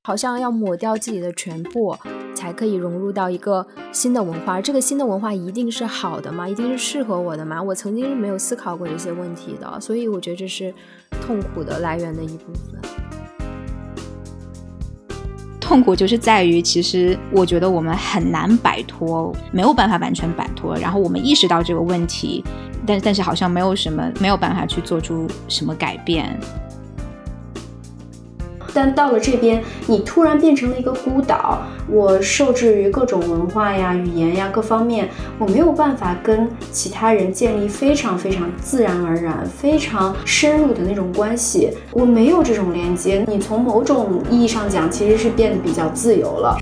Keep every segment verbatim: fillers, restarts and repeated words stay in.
好像要抹掉自己的全部才可以融入到一个新的文化，这个新的文化一定是好的吗？一定是适合我的吗？我曾经是没有思考过这些问题的，所以我觉得这是痛苦的来源的一部分。 痛苦就是在于，其实我觉得我们很难摆脱，没有办法完全摆脱，然后我们意识到这个问题，但但是好像没有什么没有办法去做出什么改变。 但到了这边，你突然变成了一个孤岛，我受制于各种文化呀、语言呀各方面，我没有办法跟其他人建立非常非常自然而然、非常深入的那种关系，我没有这种连接。你从某种意义上讲，其实是变得比较自由了。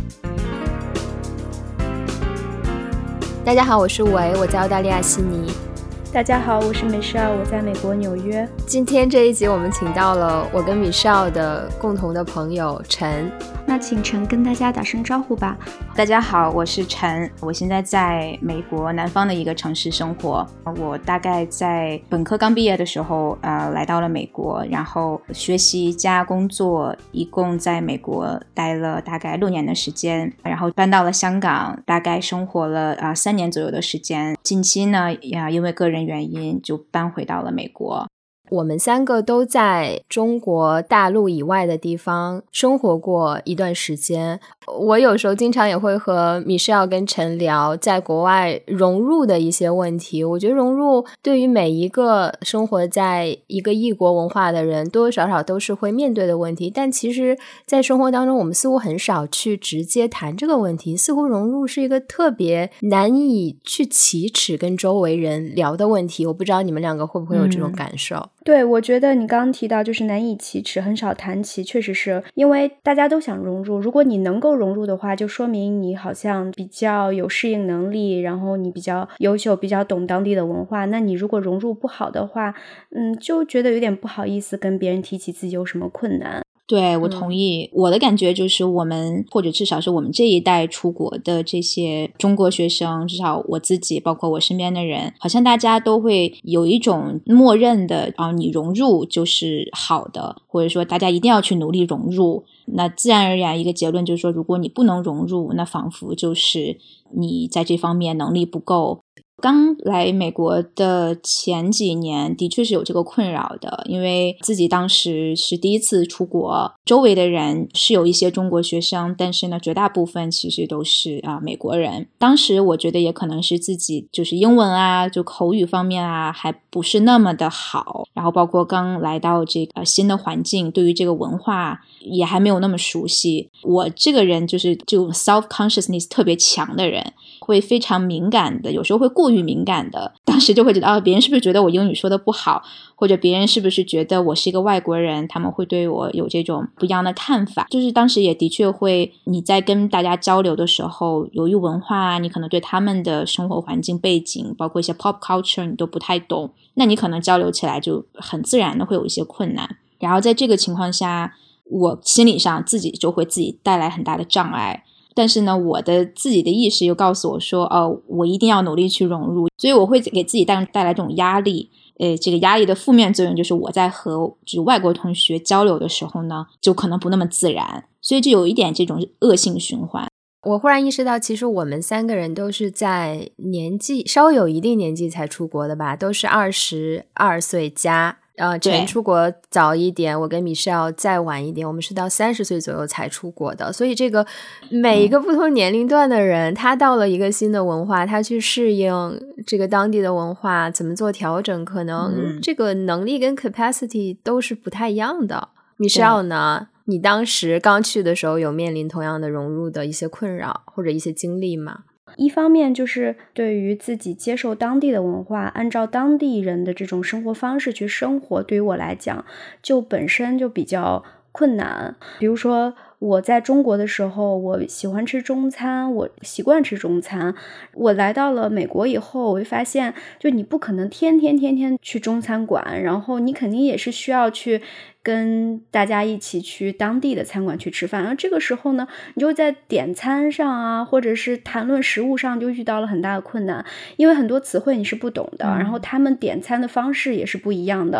大家好，我是维，我在澳大利亚悉尼。 大家好，我是 Michelle， 我在美国纽约。 今天这一集我们请到了我跟 Michelle 的共同的朋友陈， 那请陈跟大家打声招呼吧。 大家好，我是陈，我现在在美国南方的一个城市生活。我大概在本科刚毕业的时候呃，来到了美国，然后学习加工作，一共在美国待了大概六年的时间，然后搬到了香港，大概生活了呃三年左右的时间。近期呢，呀，因为个人原因就搬回到了美国。 我们三个都在中国大陆以外的地方生活过一段时间，我有时候经常也会和 Michelle 跟陈聊在国外融入的一些问题。我觉得融入对于每一个生活在一个异国文化的人多多少少都是会面对的问题，但其实在生活当中我们似乎很少去直接谈这个问题，似乎融入是一个特别难以去启齿跟周围人聊的问题。我不知道你们两个会不会有这种感受。 嗯，对，我觉得你刚刚提到就是难以启齿，很少谈起，确实是因为大家都想融入，如果你能够融入的话，就说明你好像比较有适应能力，然后你比较优秀，比较懂当地的文化。那你如果融入不好的话，嗯，就觉得有点不好意思跟别人提起自己有什么困难。 对，我同意、嗯、我的感觉就是我们或者至少是我们这一代出国的这些中国学生，至少我自己包括我身边的人，好像大家都会有一种默认的啊，你融入就是好的，或者说大家一定要去努力融入。那自然而然一个结论就是说，如果你不能融入，那仿佛就是你在这方面能力不够。刚来美国的前几年的确是有这个困扰的，因为自己当时是第一次出国，周围的人是有一些中国学生，但是呢绝大部分其实都是啊、呃、美国人。当时我觉得也可能是自己就是英文啊就口语方面啊还不是那么的好，然后包括刚来到这个新的环境，对于这个文化也还没有那么熟悉。我这个人就是这种 self consciousness 特别强的人，会非常敏感的，有时候会过于敏感的，当时就会觉得啊，别人是不是觉得我英语说的不好，或者别人是不是觉得我是一个外国人，他们会对我有这种不一样的看法。就是当时也的确会，你在跟大家交流的时候，由于文化你可能对他们的生活环境背景包括一些 pop culture 你都不太懂，那你可能交流起来就很自然的会有一些困难。然后在这个情况下，我心理上自己就会自己带来很大的障碍，但是呢我的自己的意识又告诉我说哦，我一定要努力去融入，所以我会给自己带带来这种压力。呃，这个压力的负面作用就是我在和就是外国同学交流的时候呢，就可能不那么自然，所以就有一点这种恶性循环。 我忽然意识到，其实我们三个人都是在年纪稍微有一定年纪才出国的吧，都是二十二岁加。呃，陈出国早一点，我跟 Michelle 再晚一点，我们是到三十岁左右才出国的。所以这个每一个不同年龄段的人、嗯、他到了一个新的文化，他去适应这个当地的文化，怎么做调整，可能这个能力跟 capacity 都是不太一样的。Michelle 呢，你当时刚去的时候有面临同样的融入的一些困扰或者一些经历吗？ 一方面就是对于自己接受当地的文化，按照当地人的这种生活方式去生活，对于我来讲就本身就比较困难。比如说我在中国的时候，我喜欢吃中餐，我习惯吃中餐。我来到了美国以后，我会发现就你不可能天天天天去中餐馆，然后你肯定也是需要去跟大家一起去当地的餐馆去吃饭。而这个时候呢，你就在点餐上啊，或者是谈论食物上就遇到了很大的困难，因为很多词汇你是不懂的、嗯、然后他们点餐的方式也是不一样的。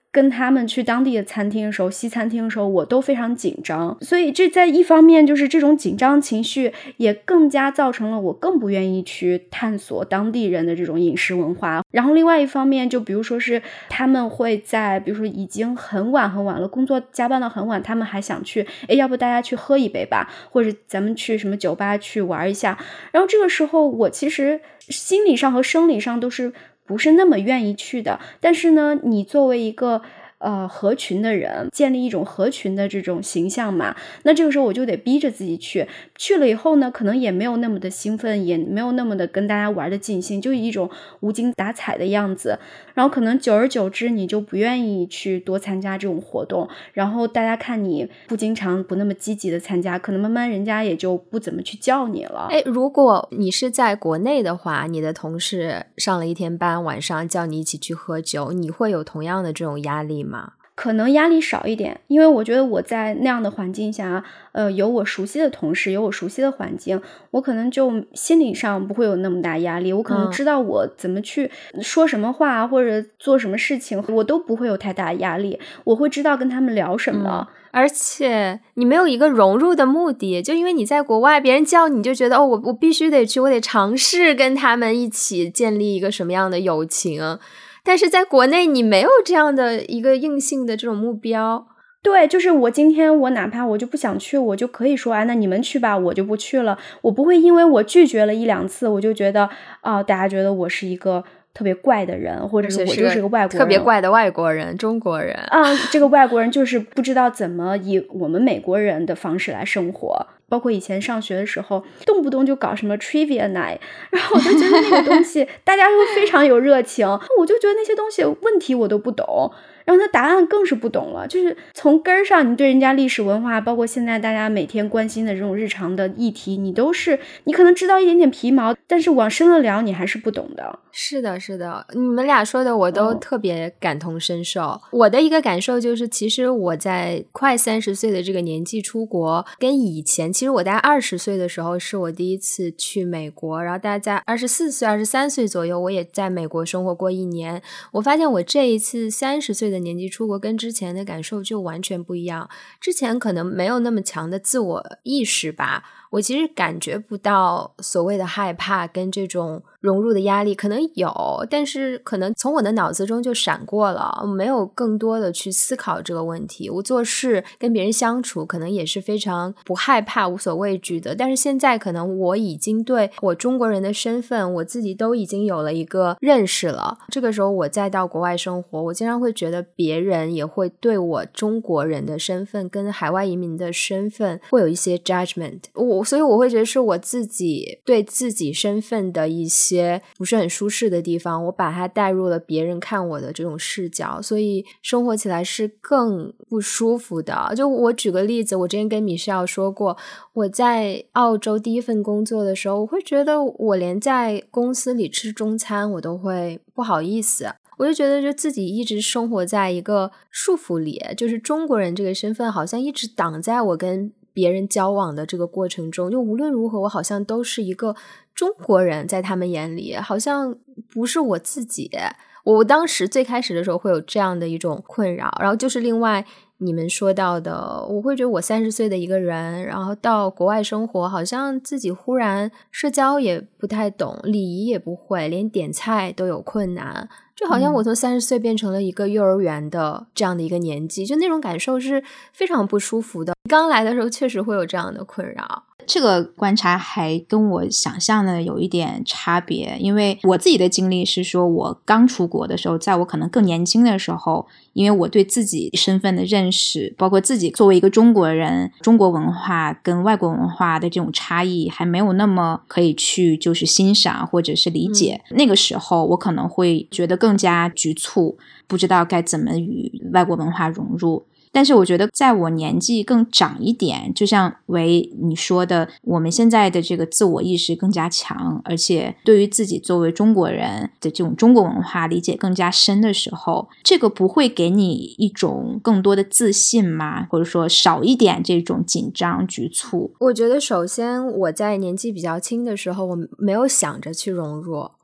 跟他们去当地的餐厅的时候，西餐厅的时候，我都非常紧张。所以这在一方面就是这种紧张情绪也更加造成了我更不愿意去探索当地人的这种饮食文化。然后另外一方面，就比如说是他们会在比如说已经很晚很晚了，工作加班到很晚，他们还想去，诶，要不大家去喝一杯吧，或者咱们去什么酒吧去玩一下。然后这个时候我其实心理上和生理上都是不是那么愿意去的，但是呢，你作为一个呃合群的人，建立一种合群的这种形象嘛，那这个时候我就得逼着自己去，去了以后呢，可能也没有那么的兴奋，也没有那么的跟大家玩的尽兴，就一种无精打采的样子，然后可能久而久之你就不愿意去多参加这种活动，然后大家看你不经常不那么积极的参加，可能慢慢人家也就不怎么去叫你了。 哎，如果你是在国内的话，你的同事上了一天班，晚上叫你一起去喝酒，你会有同样的这种压力吗？ 可能压力少一点，因为我觉得我在那样的环境下，呃，有我熟悉的同事，有我熟悉的环境，我可能就心理上不会有那么大压力，我可能知道我怎么去说什么话、嗯、或者做什么事情，我都不会有太大压力，我会知道跟他们聊什么、 嗯、而且你没有一个融入的目的，就因为你在国外，别人叫你就觉得哦，我我必须得去，我得尝试跟他们一起建立一个什么样的友情，但是在国内你没有这样的一个硬性的这种目标。 对，就是我今天我哪怕我就不想去，我就可以说，哎，那你们去吧，我就不去了。我不会因为我拒绝了一两次，我就觉得啊、呃，大家觉得我是一个特别怪的人，或者是我就是个外国人， 特别怪的外国人，中国人啊、呃，这个外国人就是不知道怎么以我们美国人的方式来生活。包括以前上学的时候，动不动就搞什么 trivia night， 然后我就觉得那个东西大家都非常有热情，我就觉得那些东西问题我都不懂，然后他答案更是不懂了，就是从根儿上你对人家历史文化，包括现在大家每天关心的这种日常的议题，你都是你可能知道一点点皮毛，但是往深了聊你还是不懂的。 是的是的，你们俩说的我都特别感同身受、哦、我的一个感受就是，其实我在快三十岁的这个年纪出国，跟以前其实我大概二十岁的时候是我第一次去美国，然后大概在二十四岁二十三岁左右我也在美国生活过一年，我发现我这一次三十岁的年纪出国跟之前的感受就完全不一样。之前可能没有那么强的自我意识吧，我其实感觉不到所谓的害怕跟这种融入的压力，可能有，但是可能从我的脑子中就闪过了，没有更多的去思考这个问题。我做事跟别人相处可能也是非常不害怕无所畏惧的，但是现在可能我已经对我中国人的身份我自己都已经有了一个认识了，这个时候我再到国外生活，我经常会觉得别人也会对我中国人的身份跟海外移民的身份会有一些 judgment， 我所以我会觉得是我自己对自己身份的一些不是很舒适的地方，我把它带入了别人看我的这种视角，所以生活起来是更不舒服的。就我举个例子，我之前跟米歇尔说过，我在澳洲第一份工作的时候，我会觉得我连在公司里吃中餐我都会不好意思，我就觉得就自己一直生活在一个束缚里，就是中国人这个身份好像一直挡在我跟别人交往的这个过程中，就无论如何我好像都是一个中国人，在他们眼里好像不是我自己。我当时最开始的时候会有这样的一种困扰，然后就是另外你们说到的，我会觉得我三十岁的一个人，然后到国外生活，好像自己忽然社交也不太懂，礼仪也不会，连点菜都有困难，就好像我从三十岁变成了一个幼儿园的这样的一个年纪，就那种感受是非常不舒服的。刚来的时候确实会有这样的困扰。 这个观察还跟我想象的有一点差别，因为我自己的经历是说，我刚出国的时候，在我可能更年轻的时候，因为我对自己身份的认识，包括自己作为一个中国人，中国文化跟外国文化的这种差异还没有那么可以去就是欣赏或者是理解、嗯、那个时候我可能会觉得更加局促，不知道该怎么与外国文化融入。但是我觉得在我年纪更长一点，就像为你说的，我们现在的这个自我意识更加强，而且对于自己作为中国人的这种中国文化理解更加深的时候，这个不会给你一种更多的自信吗？或者说少一点这种紧张局促？ 我觉得首先我在年纪比较轻的时候，我没有想着去融入，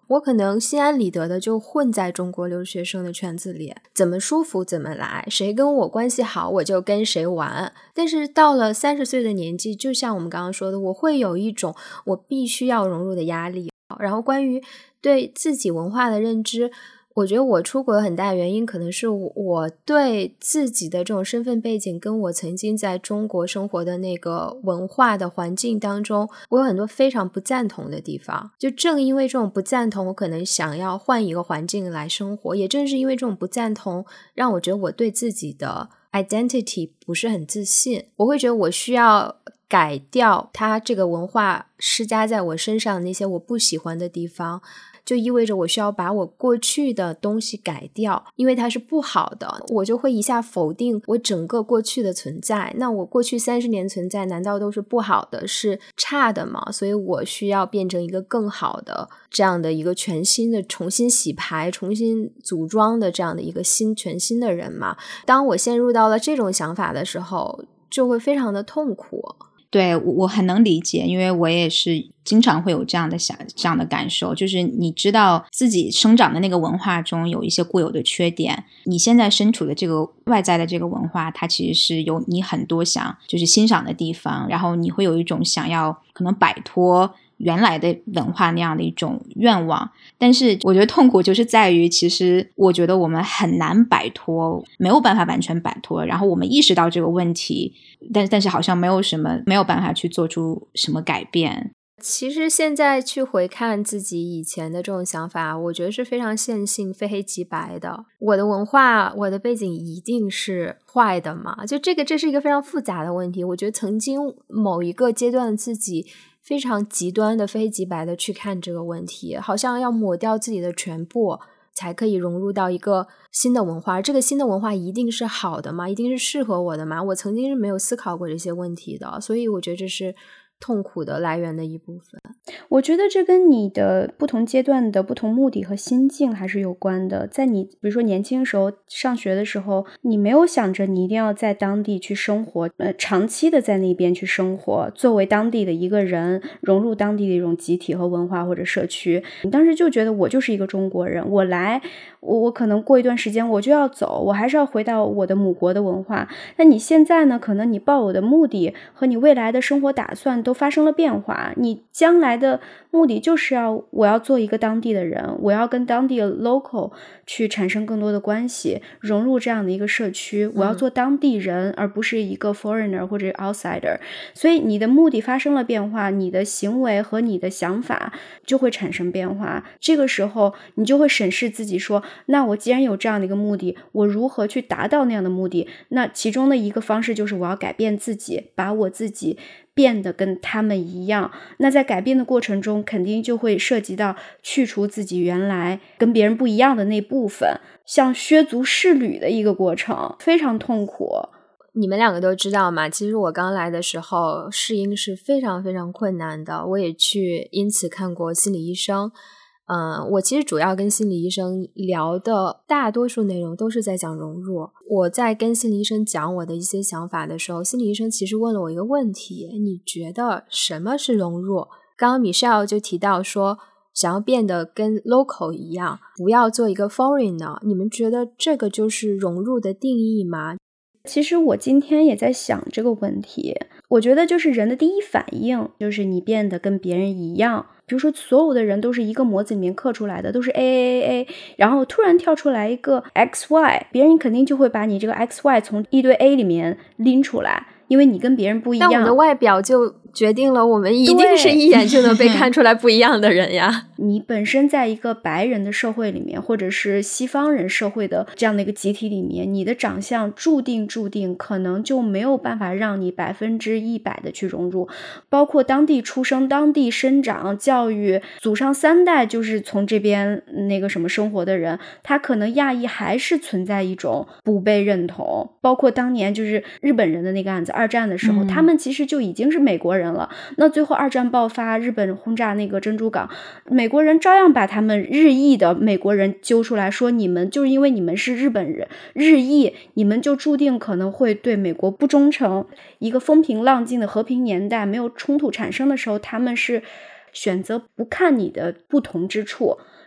我可能心安理得的就混在中国留学生的圈子里，怎么舒服怎么来，谁跟我关系好我就跟谁玩。但是到了三十岁的年纪，就像我们刚刚说的，我会有一种我必须要融入的压力。然后关于对自己文化的认知，我觉得我出国的很大原因可能是我对自己的这种身份背景跟我曾经在中国生活的那个文化的环境当中，我有很多非常不赞同的地方。就正因为这种不赞同，我可能想要换一个环境来生活，也正是因为这种不赞同，让我觉得我对自己的 identity 不是很自信。我会觉得我需要改掉它这个文化施加在我身上那些我不喜欢的地方，就意味着我需要把我过去的东西改掉，因为它是不好的，我就会一下否定我整个过去的存在。那我过去三十年存在难道都是不好的，是差的吗？所以我需要变成一个更好的，这样的一个全新的重新洗牌重新组装的这样的一个新全新的人嘛。当我陷入到了这种想法的时候，就会非常的痛苦。 对，我很能理解，因为我也是经常会有这样的想这样的感受，就是你知道自己生长的那个文化中有一些固有的缺点，你现在身处的这个外在的这个文化，它其实是有你很多想就是欣赏的地方，然后你会有一种想要可能摆脱原来的文化那样的一种愿望。但是我觉得痛苦就是在于，其实我觉得我们很难摆脱，没有办法完全摆脱，然后我们意识到这个问题，但但是好像没有什么没有办法去做出什么改变。 其实现在去回看自己以前的这种想法，我觉得是非常线性非黑即白的。我的文化我的背景一定是坏的吗？就这个这是一个非常复杂的问题。我觉得曾经某一个阶段的自己非常极端的非黑即白的去看这个问题，好像要抹掉自己的全部才可以融入到一个新的文化。这个新的文化一定是好的吗？一定是适合我的吗？我曾经是没有思考过这些问题的，所以我觉得这是痛苦的来源的一部分。 我觉得这跟你的不同阶段的不同目的和心境还是有关的。在你比如说年轻时候上学的时候，你没有想着你一定要在当地去生活，呃，长期的在那边去生活，作为当地的一个人，融入当地的一种集体和文化或者社区。你当时就觉得我就是一个中国人，我来我我可能过一段时间我就要走，我还是要回到我的母国的文化。那你现在呢，可能你抱有的目的和你未来的生活打算都发生了变化，你将来的目的就是要我要做一个当地的人，我要跟当地的 local 去产生更多的关系，融入这样的一个社区，我要做当地人、嗯、而不是一个 foreigner 或者 outsider。 所以你的目的发生了变化，你的行为和你的想法就会产生变化。这个时候你就会审视自己说，那我既然有这样的一个目的，我如何去达到那样的目的？那其中的一个方式就是我要改变自己，把我自己变得跟他们一样。那在改变的过程中肯定就会涉及到去除自己原来跟别人不一样的那部分，像削足适履的一个过程，非常痛苦。 你们两个都知道嘛，其实我刚来的时候适应是非常非常困难的，我也去因此看过心理医生。嗯，我其实主要跟心理医生聊的大多数内容都是在讲融入。我在跟心理医生讲我的一些想法的时候，心理医生其实问了我一个问题，你觉得什么是融入？刚刚 Michelle 就提到说想要变得跟 local 一样，不要做一个 foreigner， 你们觉得这个就是融入的定义吗？ 其实我今天也在想这个问题，我觉得就是人的第一反应就是你变得跟别人一样。比如说所有的人都是一个模子里面刻出来的，都是 A A A A， 然后突然跳出来一个 X Y， 别人肯定就会把你这个 X Y 从一堆 A 里面拎出来，因为你跟别人不一样。 但我的外表就决定了我们一定是一眼就能被看出来不一样的人呀。 你本身在一个白人的社会里面，或者是西方人社会的这样的一个集体里面，你的长相注定注定可能就没有办法让你百分之一百的去融入。包括当地出生、当地生长、教育，祖上三代就是从这边那个什么生活的人，他可能亚裔还是存在一种不被认同。包括当年就是日本人的那个案子，二战的时候、嗯、他们其实就已经是美国人了。那最后二战爆发，日本轰炸那个珍珠港，美国人照样把他们日裔的美国人揪出来说，你们就是因为你们是日本人日裔，你们就注定可能会对美国不忠诚。一个风平浪静的和平年代，没有冲突产生的时候，他们是选择不看你的不同之处，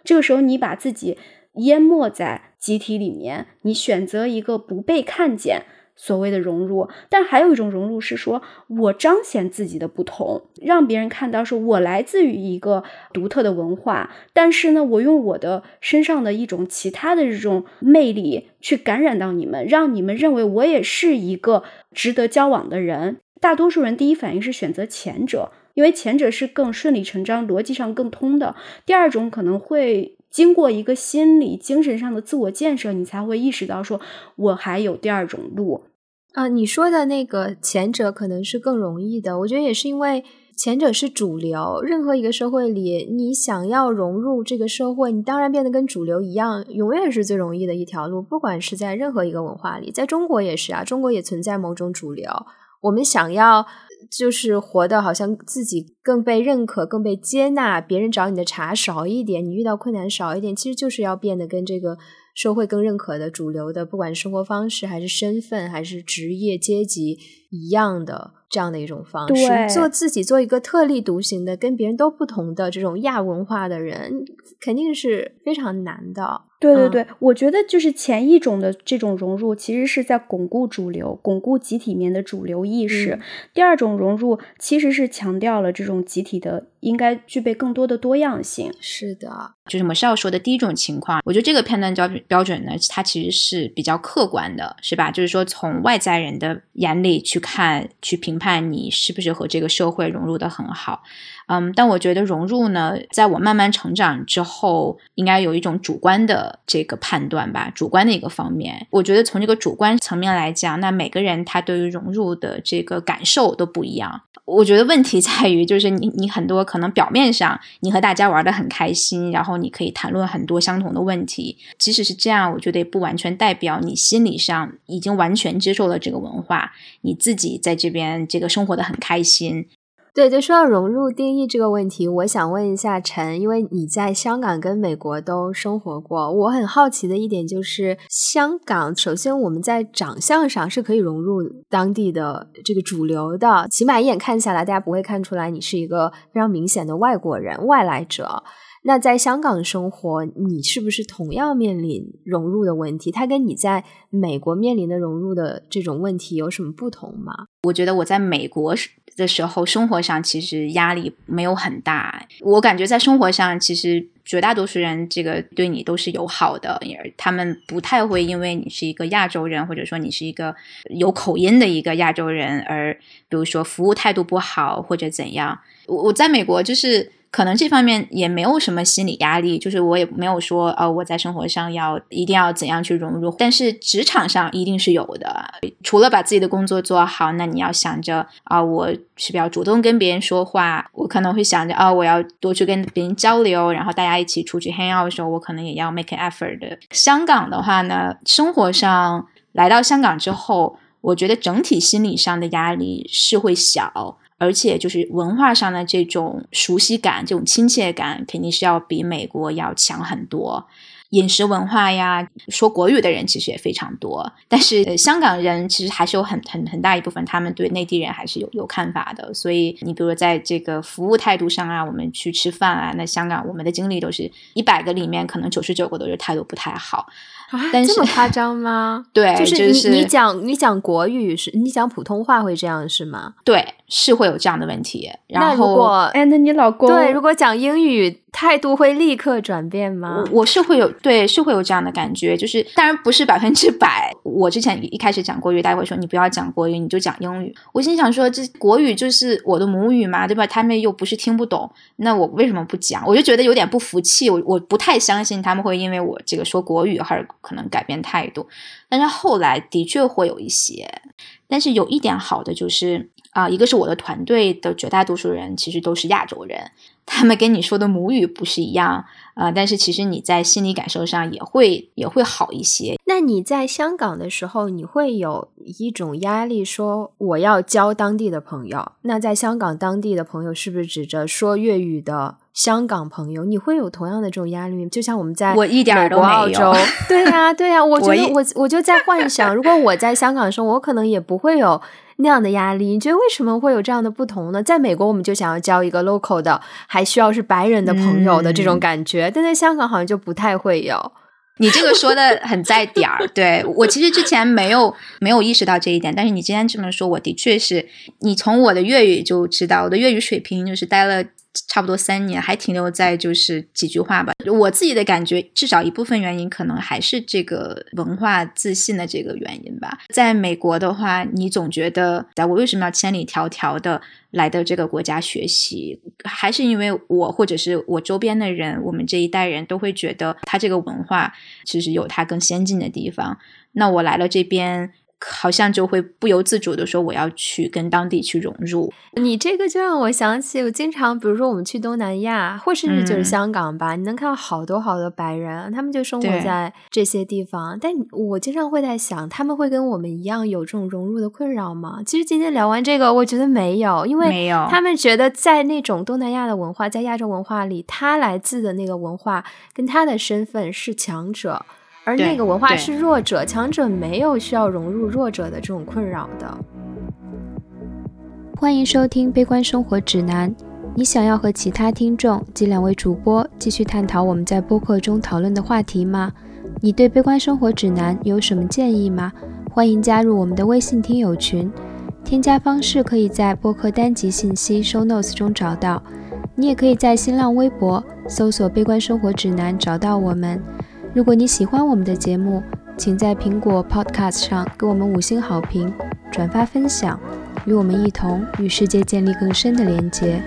这个时候你把自己淹没在集体里面，你选择一个不被看见，所谓的融入。但还有一种融入是说我彰显自己的不同，让别人看到说我来自于一个独特的文化，但是呢我用我的身上的一种其他的这种魅力去感染到你们，让你们认为我也是一个值得交往的人。大多数人第一反应是选择前者，因为前者是更顺理成章，逻辑上更通的。第二种可能会经过一个心理精神上的自我建设，你才会意识到说我还有第二种路啊。你说的那个前者可能是更容易的，我觉得也是因为前者是主流，任何一个社会里你想要融入这个社会，你当然变得跟主流一样，永远是最容易的一条路，不管是在任何一个文化里。在中国也是啊，中国也存在某种主流，我们想要就是活得好像自己更被认可更被接纳，别人找你的茬少一点，你遇到困难少一点，其实就是要变得跟这个社会更认可的主流的，不管是生活方式还是身份还是职业阶级一样的这样的一种方式。做自己，做一个特立独行的跟别人都不同的这种亚文化的人肯定是非常难的。 对对对、嗯、我觉得就是前一种的这种融入其实是在巩固主流，巩固集体面的主流意识、嗯、第二种融入其实是强调了这种集体的应该具备更多的多样性。 是的， 就是我们是要说的第一种情况，我觉得这个判断标准呢，它其实是比较客观的，是吧？就是说从外在人的眼里去看，去评判你是不是和这个社会融入得很好。嗯，但我觉得融入呢，在我慢慢成长之后，应该有一种主观的这个判断吧，主观的一个方面。我觉得从这个主观层面来讲，那每个人他对于融入的这个感受都不一样。我觉得问题在于，就是你你很多可能表面上你和大家玩得很开心，然后你可以谈论很多相同的问题，即使是这样，我觉得也不完全代表你心理上已经完全接受了这个文化，你自己在这边这个生活得很开心。 对对，说到融入定义这个问题，我想问一下陈，因为你在香港跟美国都生活过，我很好奇的一点就是香港首先我们在长相上是可以融入当地的这个主流的，起码一眼看下来大家不会看出来你是一个非常明显的外国人外来者。那在香港生活，你是不是同样面临融入的问题？它跟你在美国面临的融入的这种问题有什么不同吗？ 我觉得我在美国的时候生活上其实压力没有很大，我感觉在生活上其实绝大多数人这个对你都是友好的，他们不太会因为你是一个亚洲人或者说你是一个有口音的一个亚洲人而比如说服务态度不好或者怎样。我我在美国就是可能这方面也没有什么心理压力，就是我也没有说呃我在生活上要一定要怎样去融入，但是职场上一定是有的。除了把自己的工作做好，那你要想着啊、呃，我是不是要主动跟别人说话，我可能会想着啊、呃，我要多去跟别人交流，然后大家一起出去 hang out 的时候，我可能也要 make an effort 的。香港的话呢，生活上来到香港之后，我觉得整体心理上的压力是会小，而且就是文化上的这种熟悉感这种亲切感肯定是要比美国要强很多。饮食文化呀，说国语的人其实也非常多，但是、呃、香港人其实还是有很很很大一部分他们对内地人还是有有看法的。所以你比如说在这个服务态度上啊，我们去吃饭啊，那香港我们的经历都是一百个里面可能九十九个都是态度不太好。 啊，但是这么夸张吗？ 对， 就是你、 就是、 你讲你讲国语是你讲普通话会这样是吗？ 对，是会有这样的问题。然后那如果哎，那你老公对，如果讲英语态度会立刻转变吗？ 我, 我是会有对是会有这样的感觉，就是当然不是百分之百。我之前一开始讲国语，大家会说你不要讲国语，你就讲英语。我心想说，这国语就是我的母语嘛，对吧？他们又不是听不懂，那我为什么不讲？我就觉得有点不服气，我我不太相信他们会因为我这个说国语而可能改变态度。但是后来的确会有一些，但是有一点好的就是啊、呃，一个是我的团队的绝大多数人其实都是亚洲人，他们跟你说的母语不是一样啊、呃，但是其实你在心理感受上也会也会好一些。 那你在香港的时候，你会有一种压力说我要交当地的朋友，那在香港当地的朋友是不是指着说粤语的香港朋友？你会有同样的这种压力吗？就像我们在我一点都没有澳洲对呀、啊、对呀、啊，我觉得我我就在幻想如果我在香港的时候，我可能也不会有那样的压力？你觉得为什么会有这样的不同呢？在美国我们就想要交一个 local 的还需要是白人的朋友的这种感觉、嗯、但在香港好像就不太会有。 你这个说的很在点儿，对，我其实之前没有没有意识到这一点，但是你今天这么说，我的确是，你从我的粤语就知道，我的粤语水平就是待了差不多三年，还停留在就是几句话吧。我自己的感觉，至少一部分原因可能还是这个文化自信的这个原因吧。在美国的话，你总觉得我为什么要千里迢迢的来到这个国家学习，还是因为我或者是我周边的人，我们这一代人都会觉得他这个文化其实有他更先进的地方，那我来了这边好像就会不由自主的说我要去跟当地去融入。 你这个就让我想起我经常比如说我们去东南亚或甚至就是香港吧、嗯、你能看到好多好多白人，他们就生活在这些地方，但我经常会在想他们会跟我们一样有这种融入的困扰吗？其实今天聊完这个我觉得没有，因为他们觉得在那种东南亚的文化，在亚洲文化里，他来自的那个文化跟他的身份是强者，而那个文化是弱者，强者没有需要融入弱者的这种困扰的。欢迎收听悲观生活指南，你想要和其他听众及两位主播继续探讨我们在播客中讨论的话题吗？你对悲观生活指南有什么建议吗？欢迎加入我们的微信听友群，添加方式可以在播客单集信息 show notes 中找到，你也可以在新浪微博搜索悲观生活指南找到我们。如果你喜欢我们的节目，请在苹果 Podcast 上给我们五星好评，转发分享，与我们一同与世界建立更深的连结。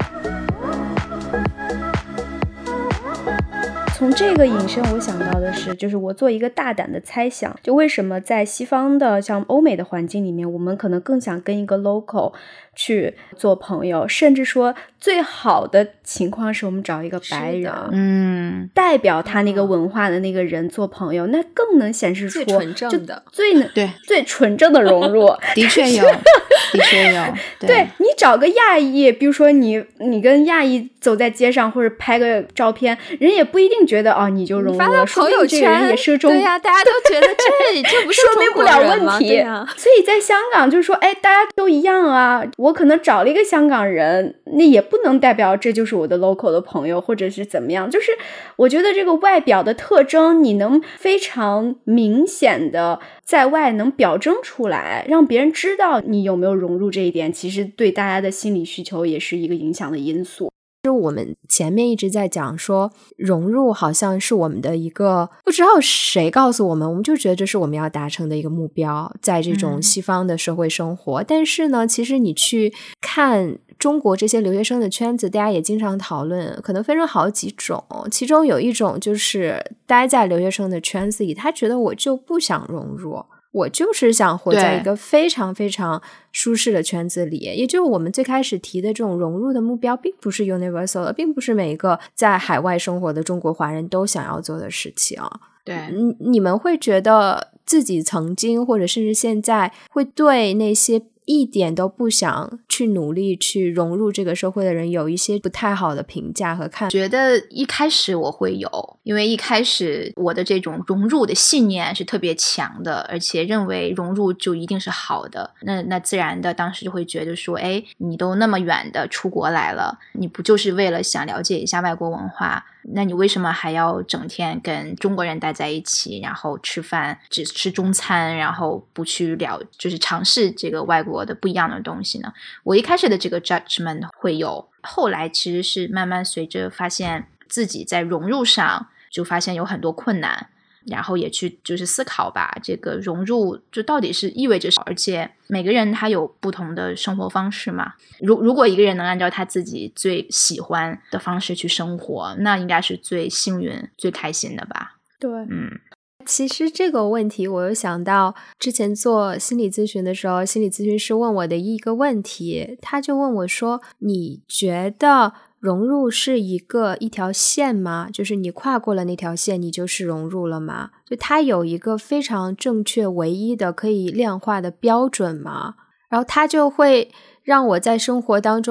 从这个引申我想到的是，就是我做一个大胆的猜想，就为什么在西方的像欧美的环境里面，我们可能更想跟一个 local 去做朋友，甚至说最好的情况是我们找一个白人， 嗯， 代表他那个文化的那个人做朋友，那更能显示出最纯正的， 最能对最纯正的融入。 的确有，的确有。对， 对，你找个亚裔，比如说你你跟亚裔走在街上或者拍个照片，人也不一定觉得哦你就融入了， 发到朋友圈也是中， 对呀、啊，大家都觉得这这不是说明不了问题、 啊、 所以在香港就是说，哎，大家都一样啊。我可能找了一个香港人，那也不能代表这就是我的 local 的朋友，或者是怎么样。就是我觉得这个外表的特征，你能非常明显的在外能表征出来，让别人知道你有没有融入这一点，其实对大家的心理需求也是一个影响的因素。 就我们前面一直在讲说融入好像是我们的一个，不知道谁告诉我们，我们就觉得这是我们要达成的一个目标，在这种西方的社会生活、嗯、但是呢其实你去看中国这些留学生的圈子，大家也经常讨论，可能分成好几种，其中有一种就是待在留学生的圈子里，他觉得我就不想融入，我就是想活在一个非常非常舒适的圈子里，也就是我们最开始提的这种融入的目标并不是 universal 的，并不是每一个在海外生活的中国华人都想要做的事情。 对， 你们会觉得自己曾经或者甚至现在会对那些一点都不想去努力去融入这个社会的人有一些不太好的评价和看法？ 觉得一开始我会有，因为一开始我的这种融入的信念是特别强的，而且认为融入就一定是好的，那那自然的当时就会觉得说，哎，你都那么远的出国来了，你不就是为了想了解一下外国文化，那你为什么还要整天跟中国人待在一起，然后吃饭只吃中餐，然后不去了就是尝试这个外国的不一样的东西呢？我一开始的这个 judgment 会有，后来其实是慢慢随着发现自己在融入上就发现有很多困难，然后也去就是思考吧，这个融入就到底是意味着什么，而且每个人他有不同的生活方式嘛，如如果一个人能按照他自己最喜欢的方式去生活，那应该是最幸运最开心的吧。 对， 嗯， 其实这个问题我有想到之前做心理咨询的时候，心理咨询师问我的一个问题，他就问我说，你觉得融入是一个一条线吗？就是你跨过了那条线，你就是融入了吗？就它有一个非常正确唯一的可以量化的标准吗？然后他就会让我在生活当中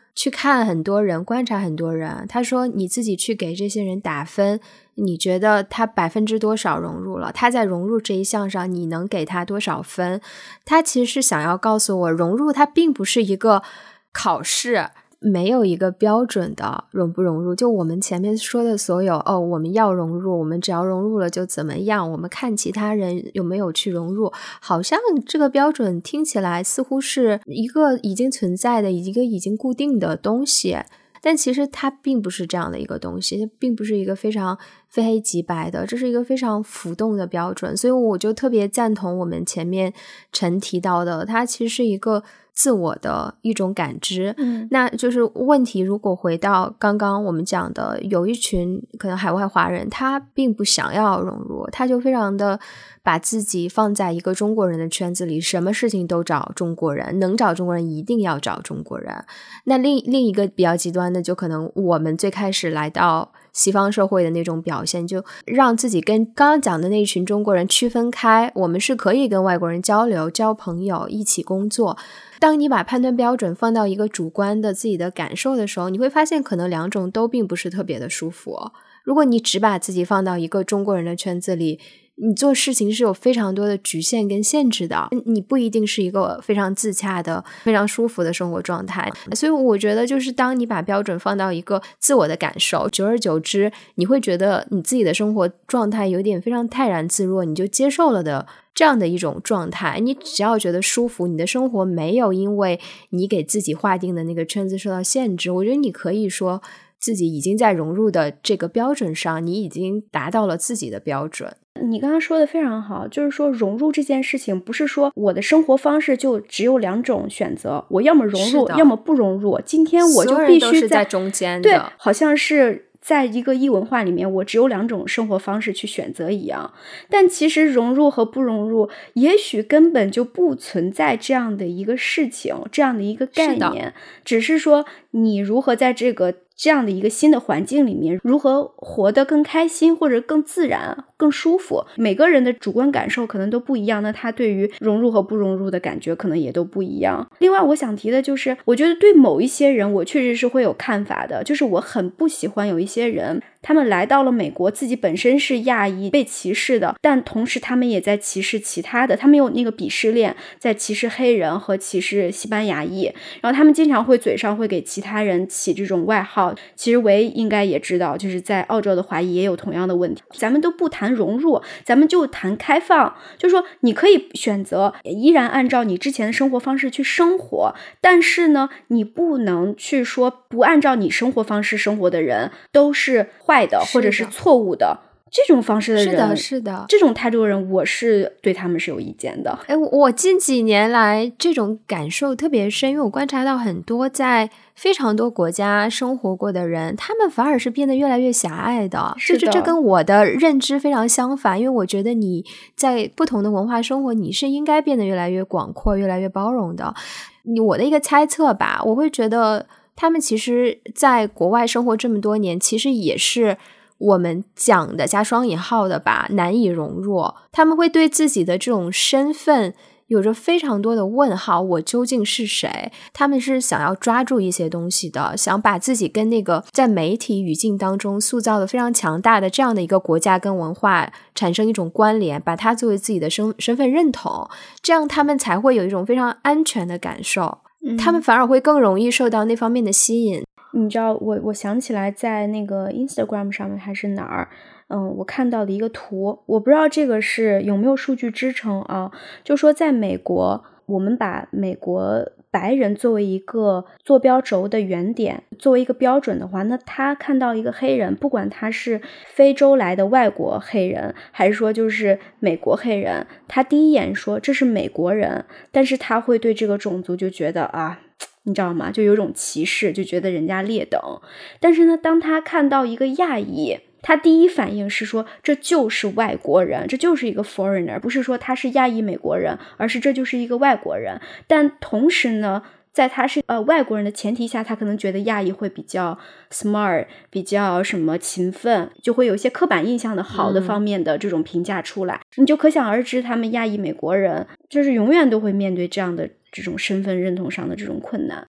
去看很多人，观察很多人，他说你自己去给这些人打分，你觉得他百分之多少融入了，他在融入这一项上你能给他多少分。他其实是想要告诉我，融入它并不是一个考试，没有一个标准的融不融入。就我们前面说的所有，哦，我们要融入，我们只要融入了就怎么样，我们看其他人有没有去融入，好像这个标准听起来似乎是一个已经存在的一个已经固定的东西，但其实它并不是这样的一个东西，它并不是一个非常非黑即白的，这是一个非常浮动的标准。所以我就特别赞同我们前面陈提到的，它其实是一个自我的一种感知。 嗯， 那就是问题如果回到刚刚我们讲的，有一群可能海外华人他并不想要融入，他就非常的把自己放在一个中国人的圈子里，什么事情都找中国人，能找中国人一定要找中国人。那另另一个比较极端的，就可能我们最开始来到西方社会的那种表现，就让自己跟刚刚讲的那一群中国人区分开，我们是可以跟外国人交流、交朋友、一起工作。当你把判断标准放到一个主观的自己的感受的时候，你会发现可能两种都并不是特别的舒服。如果你只把自己放到一个中国人的圈子里，你做事情是有非常多的局限跟限制的，你不一定是一个非常自洽的非常舒服的生活状态。所以我觉得就是当你把标准放到一个自我的感受，久而久之你会觉得你自己的生活状态有点非常泰然自若，你就接受了的这样的一种状态。你只要觉得舒服，你的生活没有因为你给自己划定的那个圈子受到限制，我觉得你可以说自己已经在融入的这个标准上，你已经达到了自己的标准。 你刚刚说的非常好，就是说融入这件事情不是说我的生活方式就只有两种选择，我要么融入要么不融入，今天我就必须在， 所有人都是在中间的， 对，好像是在一个异文化里面我只有两种生活方式去选择一样。但其实融入和不融入也许根本就不存在这样的一个事情，这样的一个概念，只是说你如何在这个这样的一个新的环境里面如何活得更开心或者更自然更舒服。每个人的主观感受可能都不一样，那他对于融入和不融入的感觉可能也都不一样。另外我想提的就是我觉得对某一些人我确实是会有看法的，就是我很不喜欢有一些人他们来到了美国，自己本身是亚裔被歧视的，但同时他们也在歧视其他的，他们有那个鄙视链，在歧视黑人和歧视西班牙裔，然后他们经常会嘴上会给其他人起这种外号。其实维应该也知道，就是在澳洲的华裔也有同样的问题。咱们都不谈融入，咱们就谈开放，就是说你可以选择依然按照你之前的生活方式去生活，但是呢你不能去说不按照你生活方式生活的人都是坏的或者是错误的，这种方式的人， 是的是的， 这种态度的人我是对他们是有意见的。 诶，我近几年来这种感受特别深，因为我观察到很多在非常多国家生活过的人，他们反而是变得越来越狭隘的， 是的， 这这跟我的认知非常相反。因为我觉得你在不同的文化生活，你是应该变得越来越广阔越来越包容的。我的一个猜测吧，我会觉得他们其实在国外生活这么多年，其实也是我们讲的加双引号的吧，难以融入。他们会对自己的这种身份有着非常多的问号，我究竟是谁？他们是想要抓住一些东西的，想把自己跟那个在媒体语境当中塑造的非常强大的这样的一个国家跟文化产生一种关联，把它作为自己的身身份认同，这样他们才会有一种非常安全的感受、嗯、他们反而会更容易受到那方面的吸引。 你知道我我想起来在那个 Instagram 上面还是哪儿，嗯，我看到的一个图，我不知道这个是有没有数据支撑啊，就说在美国，我们把美国白人作为一个坐标轴的原点，作为一个标准的话，那他看到一个黑人，不管他是非洲来的外国黑人还是说就是美国黑人，他第一眼说这是美国人，但是他会对这个种族就觉得啊，你知道吗，就有种歧视，就觉得人家劣等。但是呢当他看到一个亚裔，他第一反应是说这就是外国人，这就是一个 foreigner， 不是说他是亚裔美国人，而是这就是一个外国人。但同时呢在他是呃外国人的前提下，他可能觉得亚裔会比较 smart， 比较什么勤奋，就会有一些刻板印象的好的方面的这种评价出来、嗯、你就可想而知他们亚裔美国人就是永远都会面对这样的这种身份认同上的这种困难。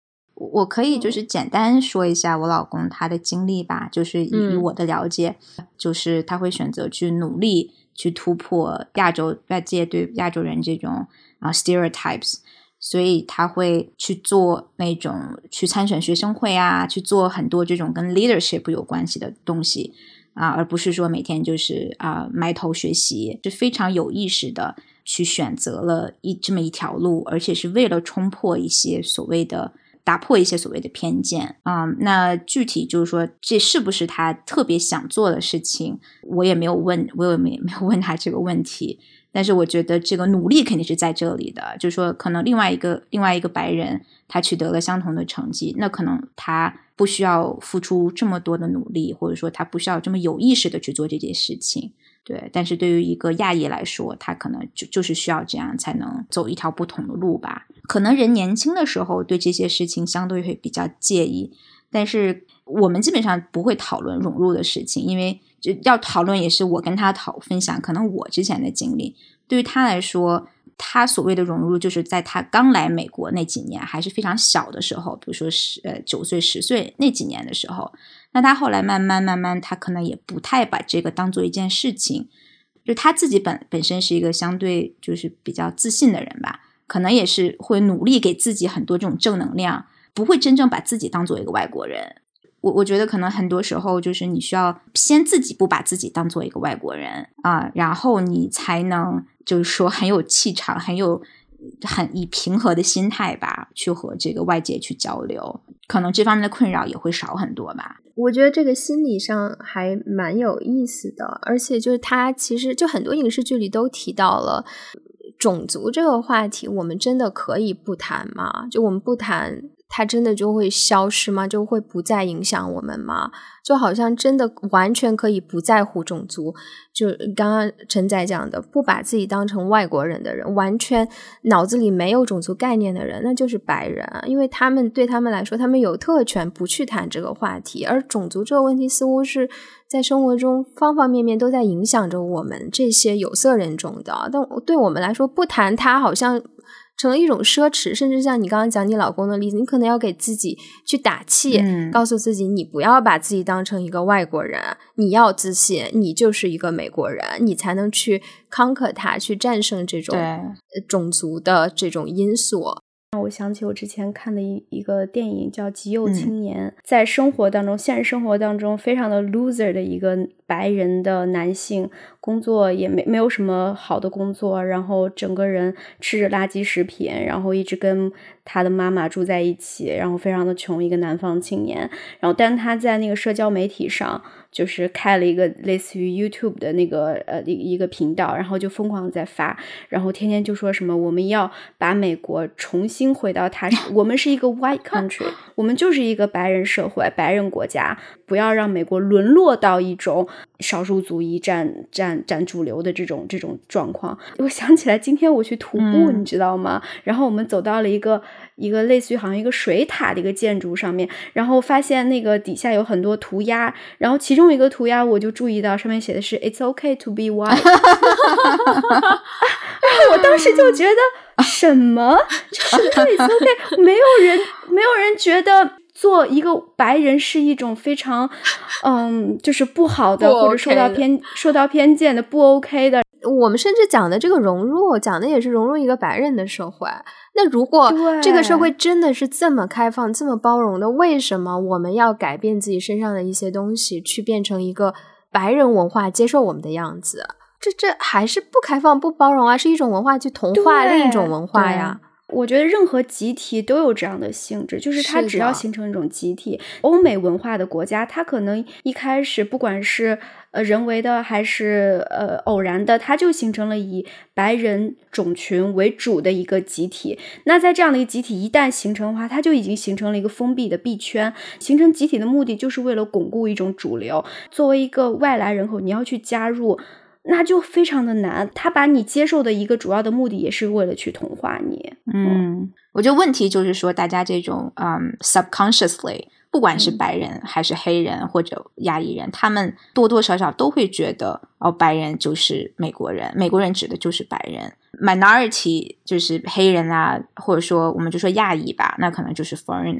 我可以就是简单说一下我老公他的经历吧，就是以我的了解、嗯、就是他会选择去努力去突破亚洲外界对亚洲人这种啊、uh, stereotypes， 所以他会去做那种去参选学生会啊，去做很多这种跟 leadership 有关系的东西啊，而不是说每天就是啊埋头学习，是非常有意识的去选择了一这么一条路，而且是为了冲破一些所谓的打破一些所谓的偏见啊、嗯。那具体就是说这是不是他特别想做的事情，我也没有问，我也没没有问他这个问题。但是我觉得这个努力肯定是在这里的，就是说可能另外一个另外一个白人他取得了相同的成绩，那可能他不需要付出这么多的努力，或者说他不需要这么有意识的去做这件事情。对，但是对于一个亚裔来说，他可能就就是需要这样才能走一条不同的路吧。可能人年轻的时候对这些事情相对会比较介意，但是我们基本上不会讨论融入的事情，因为要讨论也是我跟他讨分享可能我之前的经历。对于他来说，他所谓的融入就是在他刚来美国那几年还是非常小的时候，比如说十呃九岁十岁那几年的时候，那他后来慢慢慢慢他可能也不太把这个当做一件事情，就他自己本本身是一个相对就是比较自信的人吧，可能也是会努力给自己很多这种正能量，不会真正把自己当做一个外国人。我我觉得可能很多时候就是你需要先自己不把自己当做一个外国人啊，然后你才能就是说很有气场，很有很以平和的心态吧去和这个外界去交流，可能这方面的困扰也会少很多吧。 我觉得这个心理上还蛮有意思的，而且就是他其实就很多影视剧里都提到了种族这个话题，我们真的可以不谈吗？就我们不谈它真的就会消失吗？就会不再影响我们吗？就好像真的完全可以不在乎种族，就刚刚陈仔讲的，不把自己当成外国人的人，完全脑子里没有种族概念的人，那就是白人啊，因为他们对他们来说，他们有特权不去谈这个话题，而种族这个问题似乎是在生活中方方面面都在影响着我们这些有色人种的，但对我们来说不谈它好像成了一种奢侈，甚至像你刚刚讲你老公的例子，你可能要给自己去打气、嗯、告诉自己你不要把自己当成一个外国人，你要自信，你就是一个美国人，你才能去 conquer 它，去战胜这种种族的这种因素。 我想起我之前看的一一个电影叫《极右青年》，嗯、在生活当中，现实生活当中非常的 loser 的一个白人的男性，工作也没没有什么好的工作，然后整个人吃着垃圾食品，然后一直跟他的妈妈住在一起，然后非常的穷，一个南方青年。然后但他在那个社交媒体上就是开了一个类似于 YouTube 的那个呃一个频道，然后就疯狂在发，然后天天就说什么我们要把美国重新回到它，我们是一个 white country， 我们就是一个白人社会，白人国家，不要让美国沦落到一种少数族裔占占占主流的这种这种状况。我想起来今天我去徒步、嗯、你知道吗？然后我们走到了一个一个类似于好像一个水塔的一个建筑上面，然后发现那个底下有很多涂鸦，然后其中一个涂鸦我就注意到上面写的是 It's okay to be white 我当时就觉得什么就是 It's okay 没有人没有人觉得做一个白人是一种非常嗯就是不好的， 不 OK 的， 或者受到偏受到偏见的，不 OK 的。 我们甚至讲的这个融入，讲的也是融入一个白人的社会。那如果这个社会真的是这么开放这么包容的，为什么我们要改变自己身上的一些东西，去变成一个白人文化接受我们的样子？这这还是不开放不包容啊，是一种文化去同化另一种文化呀。 我觉得任何集体都有这样的性质，就是它只要形成一种集体。欧美文化的国家，它可能一开始不管是呃人为的还是呃偶然的，它就形成了以白人种群为主的一个集体。那在这样的一个集体一旦形成的话，它就已经形成了一个封闭的币圈。形成集体的目的就是为了巩固一种主流。作为一个外来人口，你要去加入，那就非常的难。他把你接受的一个主要的目的也是为了去同化你。 嗯，我觉得问题就是说大家这种嗯 subconsciously 不管是白人还是黑人或者亚裔人，他们多多少少都会觉得哦，白人就是美国人，美国人指的就是白人， minority 就是黑人啊，或者说我们就说亚裔吧，那可能就是 foreigner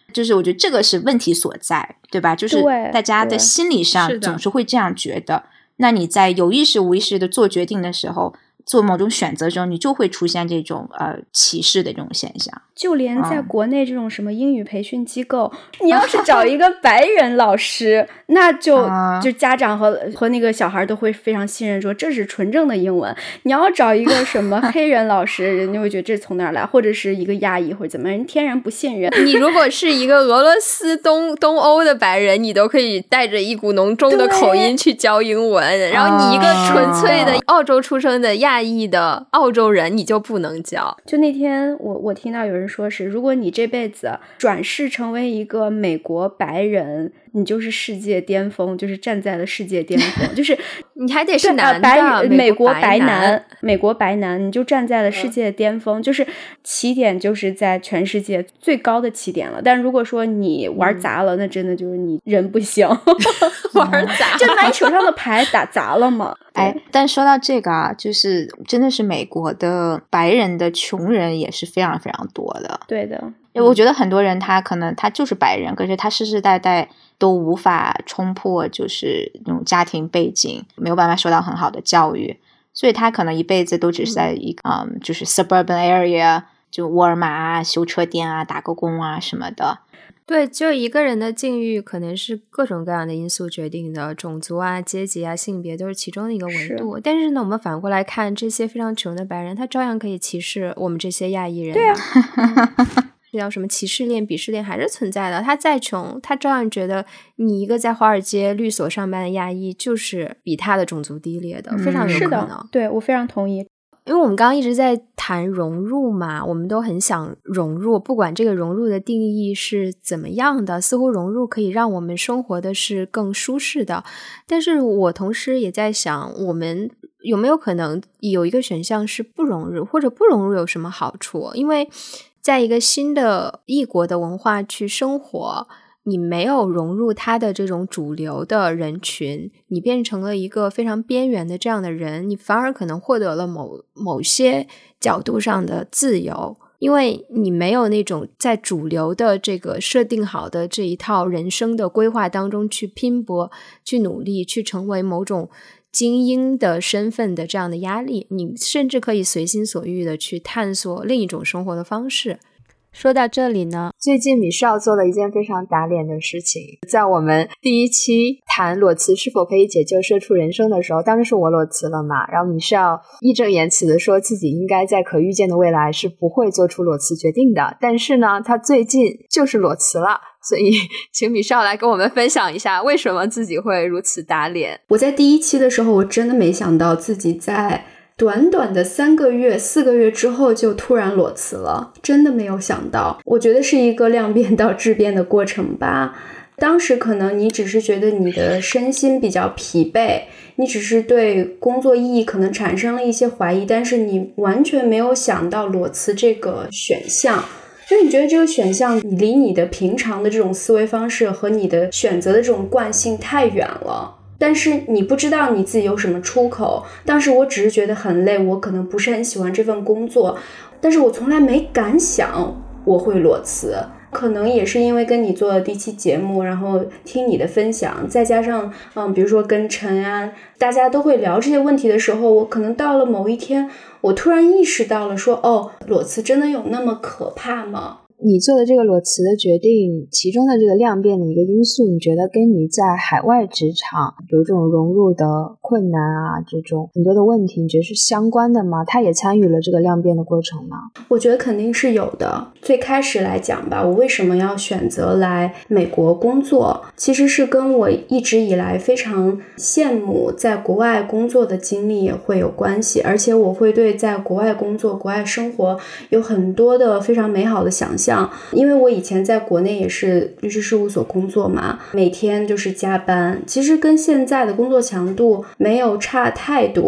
就是我觉得这个是问题所在，对吧？就是大家的心理上总是会这样觉得，那你在有意识无意识的做决定的时候，做某种选择的时候，你就会出现这种呃歧视的这种现象。 就连在国内这种什么英语培训机构，嗯、你要是找一个白人老师，那就就家长和和那个小孩都会非常信任，说这是纯正的英文。你要找一个什么黑人老师，人家会觉得这从哪儿来，或者是一个亚裔或者怎么样，人天然不信任。 你如果是一个俄罗斯东东欧的白人，你都可以带着一股浓重的口音去教英文，然后你一个纯粹的澳洲出生的亚裔的澳洲人，你就不能教。 就那天我我听到有人说是，如果你这辈子转世成为一个美国白人，你就是世界巅峰，就是站在了世界巅峰，就是你还得是男的、 呃、白美国白男， 美国白男，你就站在了世界巅峰、嗯，就是起点就是在全世界最高的起点了。但如果说你玩砸了，嗯、那真的就是你人不行， 玩砸， 就拿你手上的牌打砸了嘛。 哎，但说到这个啊，就是真的是美国的白人的穷人也是非常非常多的。 对的。 我觉得很多人他可能他就是白人，可是他世世代代都无法冲破就是那种家庭背景，没有办法受到很好的教育，所以他可能一辈子都只是在一个 嗯, 嗯就是 suburban area， 就沃尔玛啊、修车店啊、打个工啊什么的。 对，就一个人的境遇可能是各种各样的因素决定的，种族啊、阶级啊、性别都是其中的一个维度。是，但是呢，我们反过来看这些非常穷的白人，他照样可以歧视我们这些亚裔人、啊。 对啊。 这叫什么歧视链、鄙视链还是存在的。他再穷，他照样觉得你一个在华尔街律所上班的亚裔就是比他的种族低劣的，嗯、非常有可能。 是的，对，我非常同意。 因为我们刚刚一直在谈融入嘛，我们都很想融入，不管这个融入的定义是怎么样的，似乎融入可以让我们生活的是更舒适的。但是我同时也在想，我们有没有可能有一个选项是不融入，或者不融入有什么好处？因为在一个新的异国的文化去生活，你没有融入他的这种主流的人群，你变成了一个非常边缘的这样的人，你反而可能获得了某某些角度上的自由，因为你没有那种在主流的这个设定好的这一套人生的规划当中去拼搏、去努力、去成为某种精英的身份的这样的压力，你甚至可以随心所欲的去探索另一种生活的方式。说到这里呢，最近米少做了一件非常打脸的事情。在我们第一期谈裸辞是否可以解救社畜人生的时候，当时是我裸辞了嘛，然后米少义正言辞的说自己应该在可预见的未来是不会做出裸辞决定的，但是呢他最近就是裸辞了，所以请米少来跟我们分享一下为什么自己会如此打脸。 我在第一期的时候，我真的没想到自己在短短的三个月四个月之后就突然裸辞了，真的没有想到。我觉得是一个量变到质变的过程吧。当时可能你只是觉得你的身心比较疲惫，你只是对工作意义可能产生了一些怀疑，但是你完全没有想到裸辞这个选项，就你觉得这个选项离你的平常的这种思维方式和你的选择的这种惯性太远了，但是你不知道你自己有什么出口。当时我只是觉得很累，我可能不是很喜欢这份工作，但是我从来没敢想我会裸辞。可能也是因为跟你做了第一期节目，然后听你的分享，再加上嗯，比如说跟陈啊，大家都会聊这些问题的时候，我可能到了某一天，我突然意识到了说，哦，裸辞真的有那么可怕吗？ 你做的这个裸辞的决定，其中的这个量变的一个因素，你觉得跟你在海外职场有这种融入的困难啊，这种很多的问题，你觉得是相关的吗？他也参与了这个量变的过程吗？ 我觉得肯定是有的。最开始来讲吧，我为什么要选择来美国工作，其实是跟我一直以来非常羡慕在国外工作的经历也会有关系，而且我会对在国外工作、国外生活有很多的非常美好的想象。因为我以前在国内也是律师事务所工作嘛，每天就是加班，其实跟现在的工作强度没有差太多，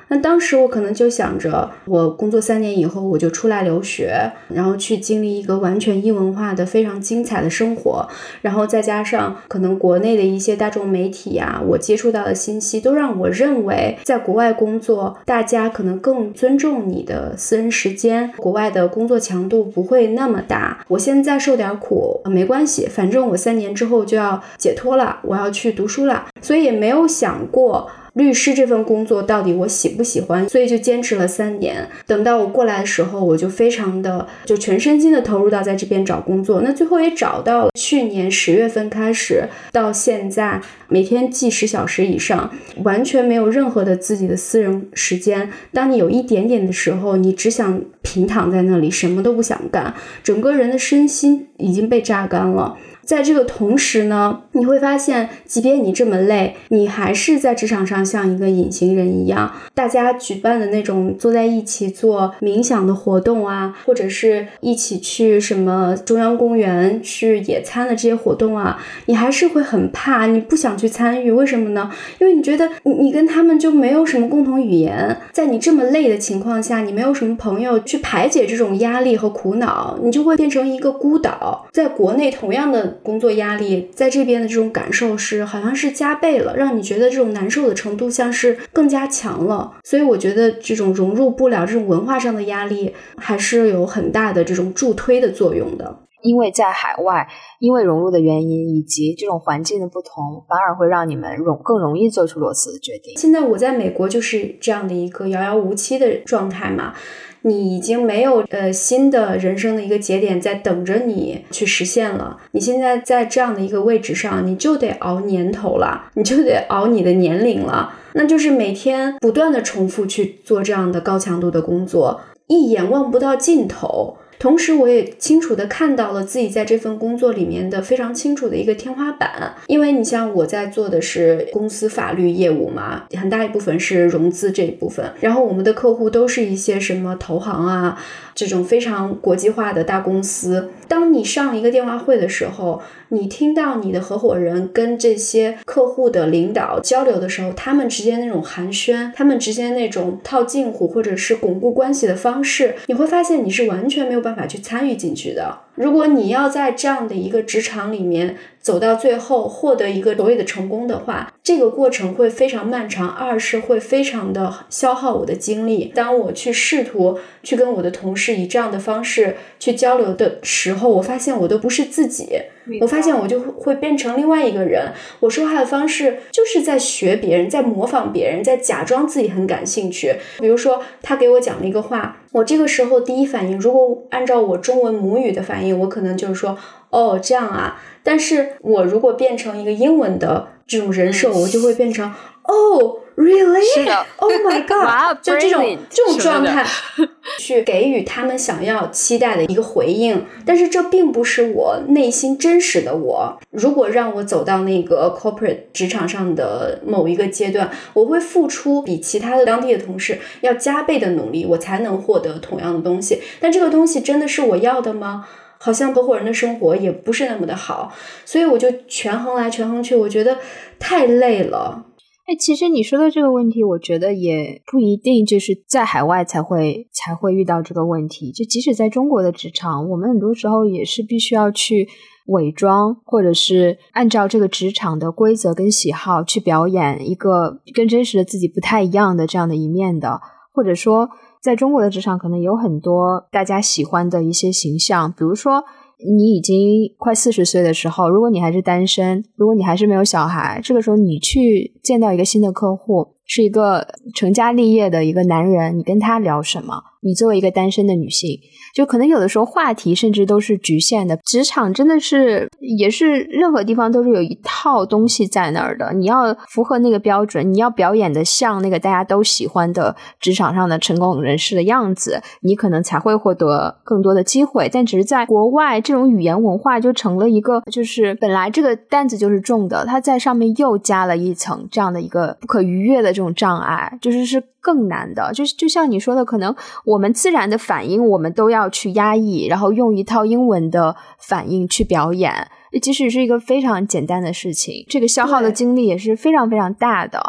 那当时我可能就想着，我工作三年以后我就出来留学，然后去经历一个完全异文化的非常精彩的生活，然后再加上可能国内的一些大众媒体啊，我接触到的信息都让我认为在国外工作大家可能更尊重你的私人时间，国外的工作强度不会那么大，我现在受点苦没关系，反正我三年之后就要解脱了，我要去读书了，所以也没有想过律师这份工作到底我喜不喜欢，所以就坚持了三年。等到我过来的时候，我就非常的就全身心的投入到在这边找工作，那最后也找到了。去年十月份开始到现在，每天记十小时以上，完全没有任何的自己的私人时间。当你有一点点的时候，你只想平躺在那里，什么都不想干，整个人的身心已经被榨干了。在这个同时呢，你会发现即便你这么累，你还是在职场上像一个隐形人一样，大家举办的那种坐在一起做冥想的活动啊，或者是一起去什么中央公园去野餐的这些活动啊，你还是会很怕，你不想去参与。为什么呢？因为你觉得你你跟他们就没有什么共同语言，在你这么累的情况下，你没有什么朋友去排解这种压力和苦恼，你就会变成一个孤岛。在国内同样的工作压力，在这边的这种感受是好像是加倍了，让你觉得这种难受的程度像是更加强了。所以我觉得这种融入不了，这种文化上的压力还是有很大的这种助推的作用的。 因为在海外，因为融入的原因以及这种环境的不同，反而会让你们容更容易做出裸辞的决定。 现在我在美国就是这样的一个遥遥无期的状态嘛，你已经没有呃新的人生的一个节点在等着你去实现了，你现在在这样的一个位置上，你就得熬年头了，你就得熬你的年龄了，那就是每天不断的重复去做这样的高强度的工作，一眼望不到尽头。同时我也清楚地看到了自己在这份工作里面的非常清楚的一个天花板，因为你像我在做的是公司法律业务嘛，很大一部分是融资这一部分，然后我们的客户都是一些什么投行啊，这种非常国际化的大公司。当你上一个电话会的时候，你听到你的合伙人跟这些客户的领导交流的时候，他们之间那种寒暄，他们之间那种套近乎或者是巩固关系的方式，你会发现你是完全没有办法去参与进去的。如果你要在这样的一个职场里面走到最后获得一个所谓的成功的话，这个过程会非常漫长，二是会非常的消耗我的精力。当我去试图去跟我的同事以这样的方式去交流的时候，我发现我都不是自己，我发现我就会变成另外一个人，我说话的方式就是在学别人，在模仿别人，在假装自己很感兴趣。比如说他给我讲了一个话，我这个时候第一反应，如果按照我中文母语的反应，我可能就是说哦这样啊，但是我如果变成一个英文的这种人设，我就会变成哦Really? 是的 Oh my god 就这种这种状态去给予他们想要期待的一个回应，但是这并不是我内心真实的我。如果让我走到那个 corporate 职场上的某一个阶段，我会付出比其他的当地的同事要加倍的努力，我才能获得同样的东西。但这个东西真的是我要的吗？好像合伙人的生活也不是那么的好，所以我就权衡来权衡去，我觉得太累了。 哎，其实你说的这个问题，我觉得也不一定就是在海外才会才会遇到这个问题。就即使在中国的职场，我们很多时候也是必须要去伪装，或者是按照这个职场的规则跟喜好去表演一个跟真实的自己不太一样的这样的一面的。或者说，在中国的职场可能有很多大家喜欢的一些形象，比如说你已经快四十岁的时候，如果你还是单身，如果你还是没有小孩，这个时候你去见到一个新的客户，是一个成家立业的一个男人，你跟他聊什么？你作为一个单身的女性，就可能有的时候话题甚至都是局限的。职场真的是也是任何地方都是有一套东西在那儿的，你要符合那个标准，你要表演的像那个大家都喜欢的职场上的成功人士的样子，你可能才会获得更多的机会。但只是在国外，这种语言文化就成了一个，就是本来这个担子就是重的，它在上面又加了一层这样的一个不可逾越的这种障碍，就是是更难的。就是就像你说的，可能我们自然的反应我们都要去压抑，然后用一套英文的反应去表演，即使是一个非常简单的事情，这个消耗的精力也是非常非常大的。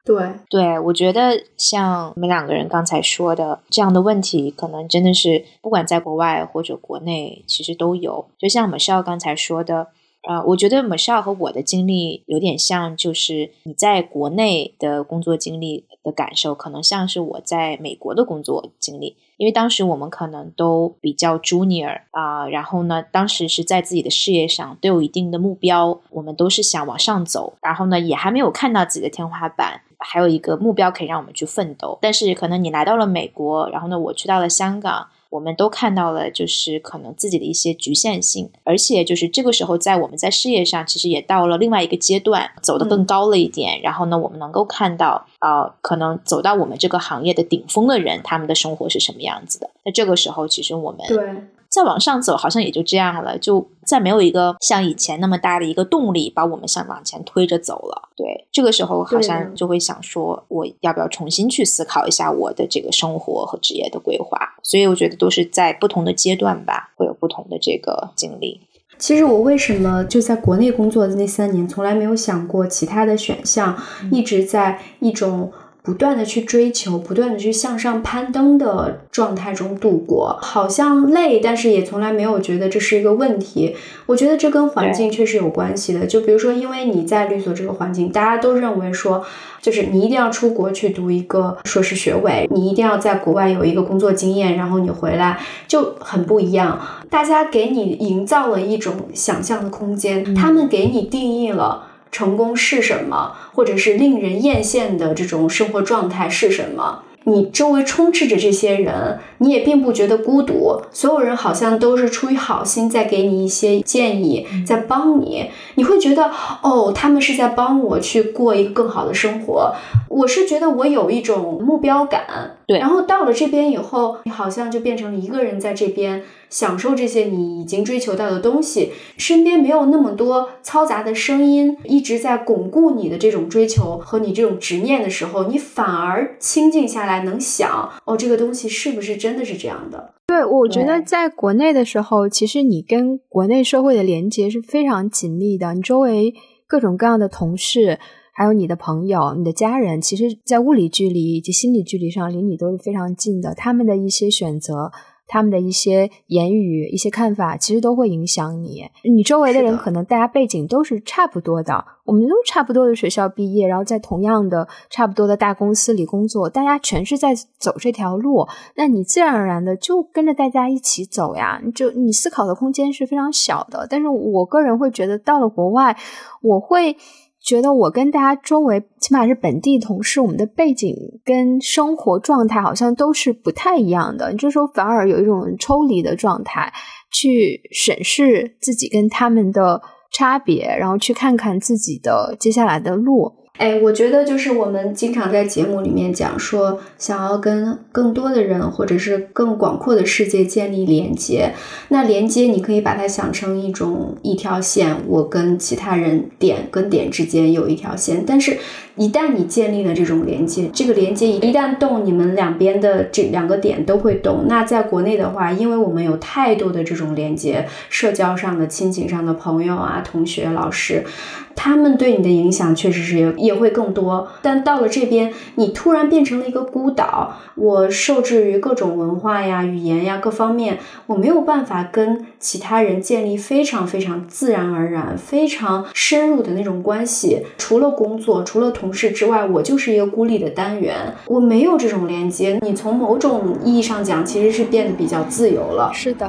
对对，我觉得像我们两个人刚才说的这样的问题，可能真的是不管在国外或者国内其实都有。就像Michelle刚才说的，呃，我觉得Michelle和我的经历有点像，就是你在国内的工作经历的感受可能像是我在美国的工作经历，因为当时我们可能都比较 junior 啊、呃，然后呢当时是在自己的事业上都有一定的目标，我们都是想往上走，然后呢也还没有看到自己的天花板，还有一个目标可以让我们去奋斗。但是可能你来到了美国，然后呢我去到了香港，我们都看到了就是可能自己的一些局限性，而且就是这个时候在我们在事业上其实也到了另外一个阶段，走得更高了一点、嗯、然后呢我们能够看到呃，可能走到我们这个行业的顶峰的人他们的生活是什么样子的。那这个时候其实我们对再往上走好像也就这样了，就再没有一个像以前那么大的一个动力把我们想往前推着走了。对，这个时候好像就会想说我要不要重新去思考一下我的这个生活和职业的规划。所以我觉得都是在不同的阶段吧，会有不同的这个经历。 其实我为什么就在国内工作的那三年从来没有想过其他的选项、嗯、一直在一种不断的去追求，不断的去向上攀登的状态中度过，好像累，但是也从来没有觉得这是一个问题。我觉得这跟环境确实有关系的，就比如说因为你在律所这个环境，大家都认为说就是你一定要出国去读一个硕士学位，你一定要在国外有一个工作经验，然后你回来就很不一样。大家给你营造了一种想象的空间、嗯、他们给你定义了成功是什么，或者是令人艳羡的这种生活状态是什么。你周围充斥着这些人，你也并不觉得孤独，所有人好像都是出于好心在给你一些建议，在帮你，你会觉得哦，他们是在帮我去过一个更好的生活。我是觉得我有一种目标感， 对， 然后到了这边以后，你好像就变成了一个人在这边享受这些你已经追求到的东西，身边没有那么多嘈杂的声音一直在巩固你的这种追求和你这种执念的时候，你反而清静下来，能想哦，这个东西是不是真的是这样的。 对，我觉得在国内的时候，其实你跟国内社会的连接是非常紧密的，你周围各种各样的同事还有你的朋友你的家人，其实在物理距离以及心理距离上离你都是非常近的，他们的一些选择，他们的一些言语一些看法其实都会影响你。你周围的人可能大家背景都是差不多的，我们都差不多的学校毕业，然后在同样的差不多的大公司里工作，大家全是在走这条路，那你自然而然的就跟着大家一起走呀，就你思考的空间是非常小的。但是我个人会觉得到了国外，我会觉得我跟大家周围起码是本地同事，我们的背景跟生活状态好像都是不太一样的，这时候反而有一种抽离的状态，去审视自己跟他们的差别，然后去看看自己的接下来的路。 哎，我觉得就是我们经常在节目里面讲说想要跟更多的人或者是更广阔的世界建立连接，那连接你可以把它想成一种一条线，我跟其他人点跟点之间有一条线，但是一旦你建立了这种连接，这个连接一旦动，你们两边的这两个点都会动。那在国内的话，因为我们有太多的这种连接，社交上的亲情上的朋友啊同学老师，他们对你的影响确实是也也会更多。但到了这边，你突然变成了一个孤岛，我受制于各种文化呀语言呀各方面，我没有办法跟其他人建立非常非常自然而然非常深入的那种关系。除了工作除了同事之外，我就是一个孤立的单元，我没有这种连接。你从某种意义上讲其实是变得比较自由了。 是的，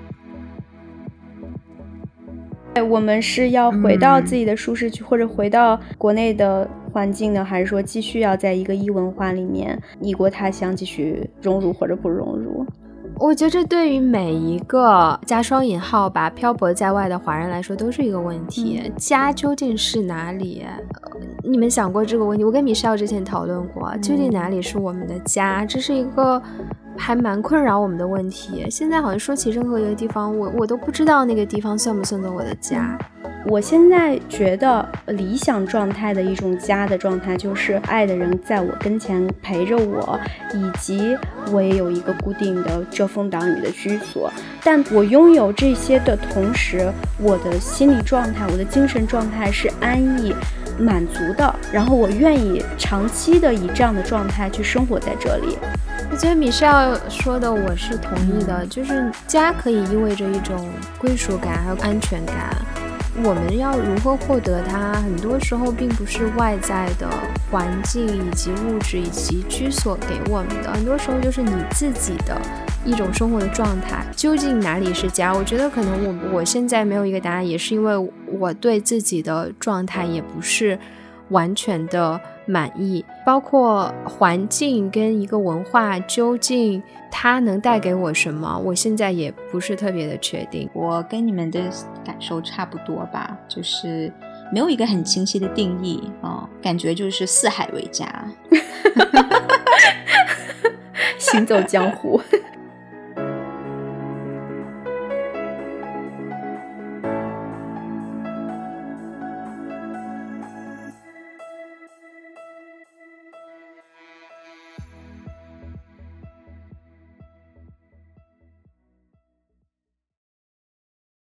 我们是要回到自己的舒适区、嗯、或者回到国内的环境呢，还是说继续要在一个异文化里面异国他乡继续融入或者不融入？ 我觉得这对于每一个加双引号吧漂泊在外的华人来说都是一个问题、嗯、家究竟是哪里？你们想过这个问题？我跟米少之前讨论过、嗯、究竟哪里是我们的家，这是一个还蛮困扰我们的问题。现在好像说起任何一个地方，我我都不知道那个地方算不算作我的家。 我现在觉得理想状态的一种家的状态，就是爱的人在我跟前陪着我，以及我也有一个固定的遮风挡雨的居所。但我拥有这些的同时，我的心理状态我的精神状态是安逸满足的，然后我愿意长期的以这样的状态去生活在这里。 我觉得米少说的我是同意的，就是家可以意味着一种归属感还有安全感，我们要如何获得它，很多时候并不是外在的环境以及物质以及居所给我们的，很多时候就是你自己的一种生活的状态。究竟哪里是家？我觉得可能我我现在没有一个答案，也是因为我对自己的状态也不是完全的满意，包括环境跟一个文化究竟它能带给我什么，我现在也不是特别的确定。 我跟你们的感受差不多吧，就是没有一个很清晰的定义啊、哦，感觉就是四海为家， 行走江湖。